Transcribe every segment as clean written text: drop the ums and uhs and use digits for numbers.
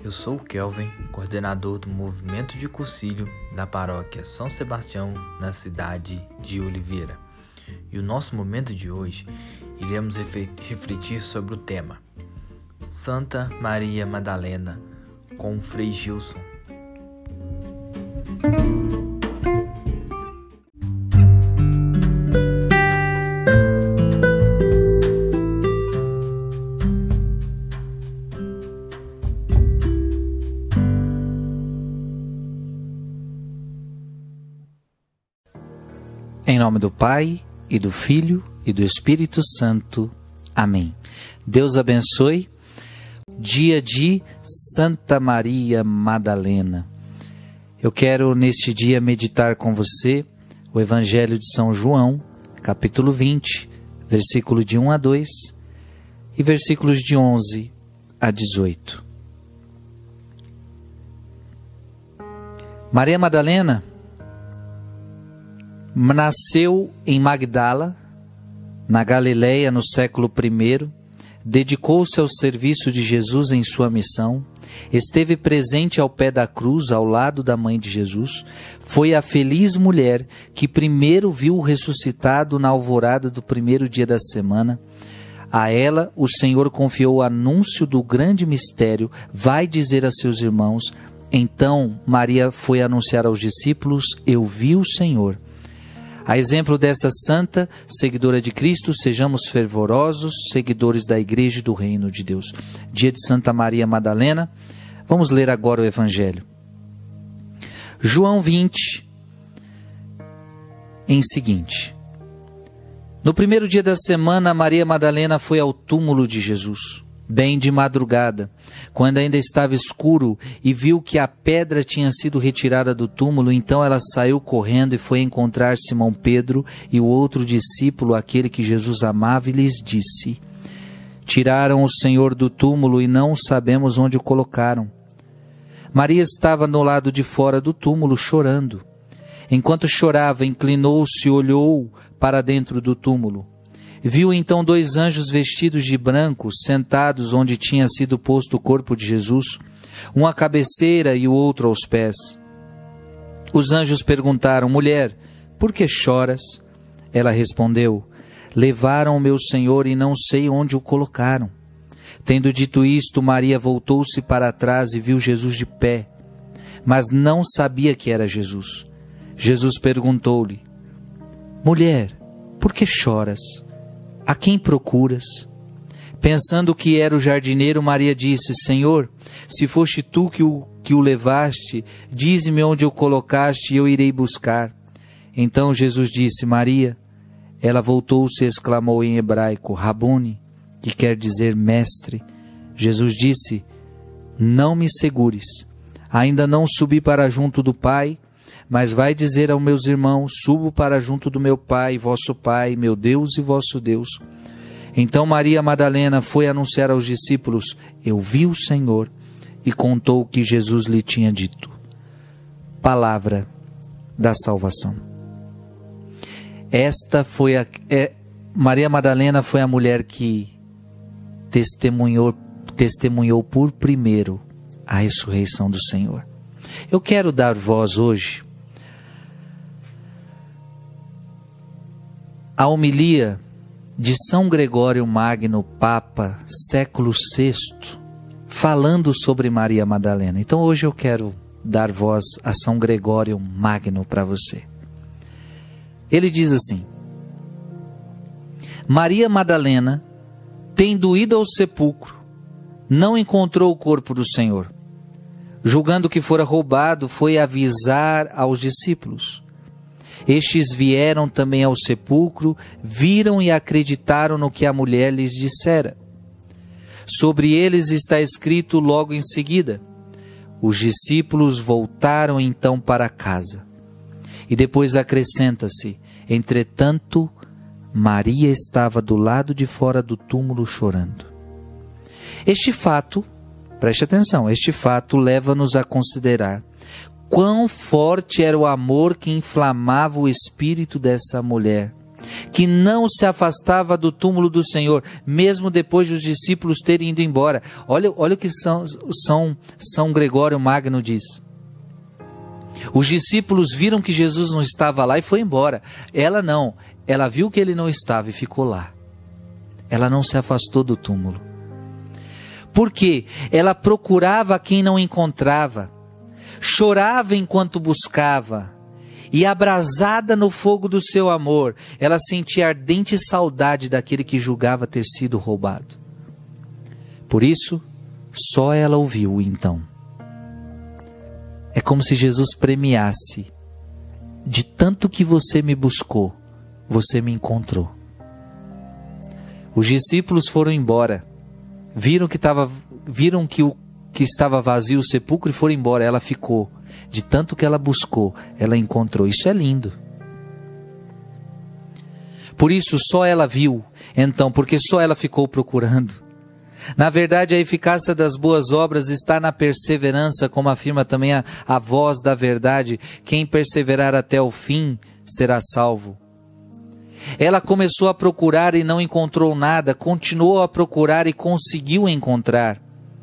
Eu sou o Kelvin, coordenador do movimento de cursilho da paróquia São Sebastião, na cidade de Oliveira. E o nosso momento de hoje, iremos refletir sobre o tema Santa Maria Madalena, com o Frei Gilson. Em nome do Pai, e do Filho, e do Espírito Santo. Amém. Deus abençoe. Dia de Santa Maria Madalena. Eu quero neste dia meditar com você o Evangelho de São João, capítulo 20, versículo de 1 a 2 e versículos de 11 a 18. Maria Madalena nasceu em Magdala, na Galileia, no século I, dedicou-se ao serviço de Jesus em sua missão, esteve presente ao pé da cruz, ao lado da mãe de Jesus, foi a feliz mulher que primeiro viu o ressuscitado na alvorada do primeiro dia da semana. A ela o Senhor confiou o anúncio do grande mistério, vai dizer a seus irmãos. Então Maria foi anunciar aos discípulos, eu vi o Senhor. A exemplo dessa santa, seguidora de Cristo, sejamos fervorosos, seguidores da Igreja e do Reino de Deus. Dia de Santa Maria Madalena, vamos ler agora o Evangelho. João 20, em seguinte. No primeiro dia da semana, Maria Madalena foi ao túmulo de Jesus, bem de madrugada, quando ainda estava escuro, e viu que a pedra tinha sido retirada do túmulo. Então ela saiu correndo e foi encontrar Simão Pedro e o outro discípulo, aquele que Jesus amava, e lhes disse: tiraram o Senhor do túmulo e não sabemos onde o colocaram. Maria estava no lado de fora do túmulo chorando. Enquanto chorava, inclinou-se e olhou para dentro do túmulo. Viu então dois anjos vestidos de branco, sentados onde tinha sido posto o corpo de Jesus, um à cabeceira e o outro aos pés. Os anjos perguntaram: mulher, por que choras? Ela respondeu: levaram o meu Senhor e não sei onde o colocaram. Tendo dito isto, Maria voltou-se para trás e viu Jesus de pé, mas não sabia que era Jesus. Jesus perguntou-lhe: mulher, por que choras? A quem procuras? Pensando que era o jardineiro, Maria disse: Senhor, se foste tu que o levaste, dize-me onde o colocaste e eu irei buscar. Então Jesus disse: Maria. Ela voltou-se e exclamou em hebraico: Rabuni, que quer dizer mestre. Jesus disse: não me segures, ainda não subi para junto do Pai, mas vai dizer aos meus irmãos, subo para junto do meu Pai, vosso Pai, meu Deus e vosso Deus. Então Maria Madalena foi anunciar aos discípulos, eu vi o Senhor, e contou o que Jesus lhe tinha dito. Palavra da salvação. Maria Madalena foi a mulher que testemunhou por primeiro a ressurreição do Senhor. Eu quero dar voz hoje a homilia de São Gregório Magno, Papa, século VI, falando sobre Maria Madalena. Então hoje eu quero dar voz a São Gregório Magno para você. Ele diz assim: Maria Madalena, tendo ido ao sepulcro, não encontrou o corpo do Senhor. Julgando que fora roubado, foi avisar aos discípulos. Estes vieram também ao sepulcro, viram e acreditaram no que a mulher lhes dissera. Sobre eles está escrito logo em seguida: os discípulos voltaram então para casa. E depois acrescenta-se: entretanto, Maria estava do lado de fora do túmulo chorando. Este fato, preste atenção, este fato leva-nos a considerar quão forte era o amor que inflamava o espírito dessa mulher, que não se afastava do túmulo do Senhor, mesmo depois dos discípulos terem ido embora. Olha o que São Gregório Magno diz. Os discípulos viram que Jesus não estava lá e foi embora. Ela não, ela viu que ele não estava e ficou lá. Ela não se afastou do túmulo. Por quê? Ela procurava quem não encontrava, chorava enquanto buscava, e abrasada no fogo do seu amor, ela sentia ardente saudade daquele que julgava ter sido roubado. Por isso, só ela ouviu então. É como se Jesus premiasse: de tanto que você me buscou, você me encontrou. Os discípulos foram embora, viram que estava vazio o sepulcro e foram embora. Ela ficou. De tanto que ela buscou, ela encontrou. Isso é lindo. Por isso só ela viu, então, porque só ela ficou procurando. Na verdade, a eficácia das boas obras está na perseverança, como afirma também a voz da verdade: quem perseverar até o fim será salvo. Ela começou a procurar e não encontrou nada, continuou a procurar e conseguiu encontrar.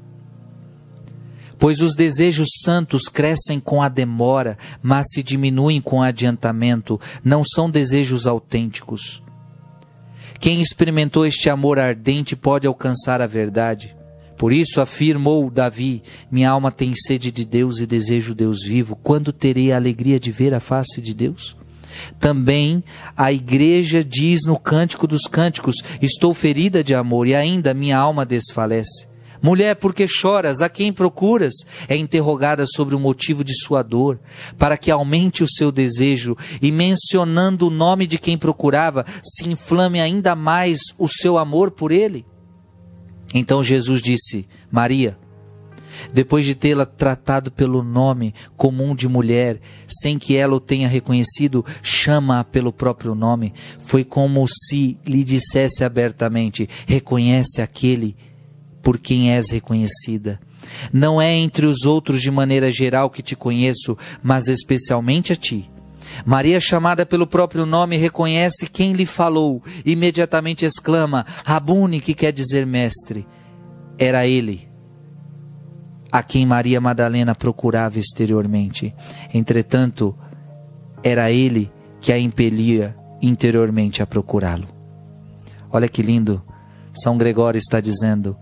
Pois os desejos santos crescem com a demora, mas se diminuem com o adiantamento, não são desejos autênticos. Quem experimentou este amor ardente pode alcançar a verdade. Por isso afirmou Davi: minha alma tem sede de Deus e desejo Deus vivo. Quando terei a alegria de ver a face de Deus? Também a igreja diz no Cântico dos Cânticos: estou ferida de amor e ainda minha alma desfalece. Mulher, por que choras? A quem procuras? É interrogada sobre o motivo de sua dor, para que aumente o seu desejo e, mencionando o nome de quem procurava, se inflame ainda mais o seu amor por ele. Então Jesus disse: Maria. Depois de tê-la tratado pelo nome comum de mulher, sem que ela o tenha reconhecido, chama-a pelo próprio nome. Foi como se lhe dissesse abertamente: reconhece aquele por quem és reconhecida. Não é entre os outros de maneira geral que te conheço, mas especialmente a ti. Maria, chamada pelo próprio nome, reconhece quem lhe falou. Imediatamente exclama: Rabuni, que quer dizer mestre. Era ele a quem Maria Madalena procurava exteriormente. Entretanto, era ele que a impelia interiormente a procurá-lo. Olha que lindo, São Gregório está dizendo: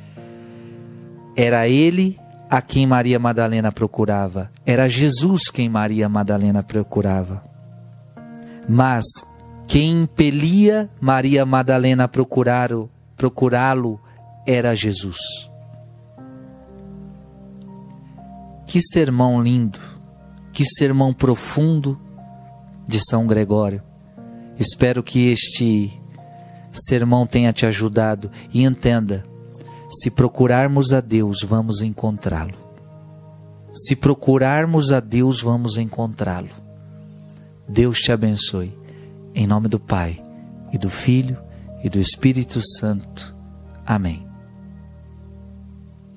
era ele a quem Maria Madalena procurava. Era Jesus quem Maria Madalena procurava. Mas quem impelia Maria Madalena a procurá-lo era Jesus. Que sermão lindo, que sermão profundo de São Gregório. Espero que este sermão tenha te ajudado. E entenda: se procurarmos a Deus, vamos encontrá-lo. Se procurarmos a Deus, vamos encontrá-lo. Deus te abençoe. Em nome do Pai, e do Filho, e do Espírito Santo. Amém.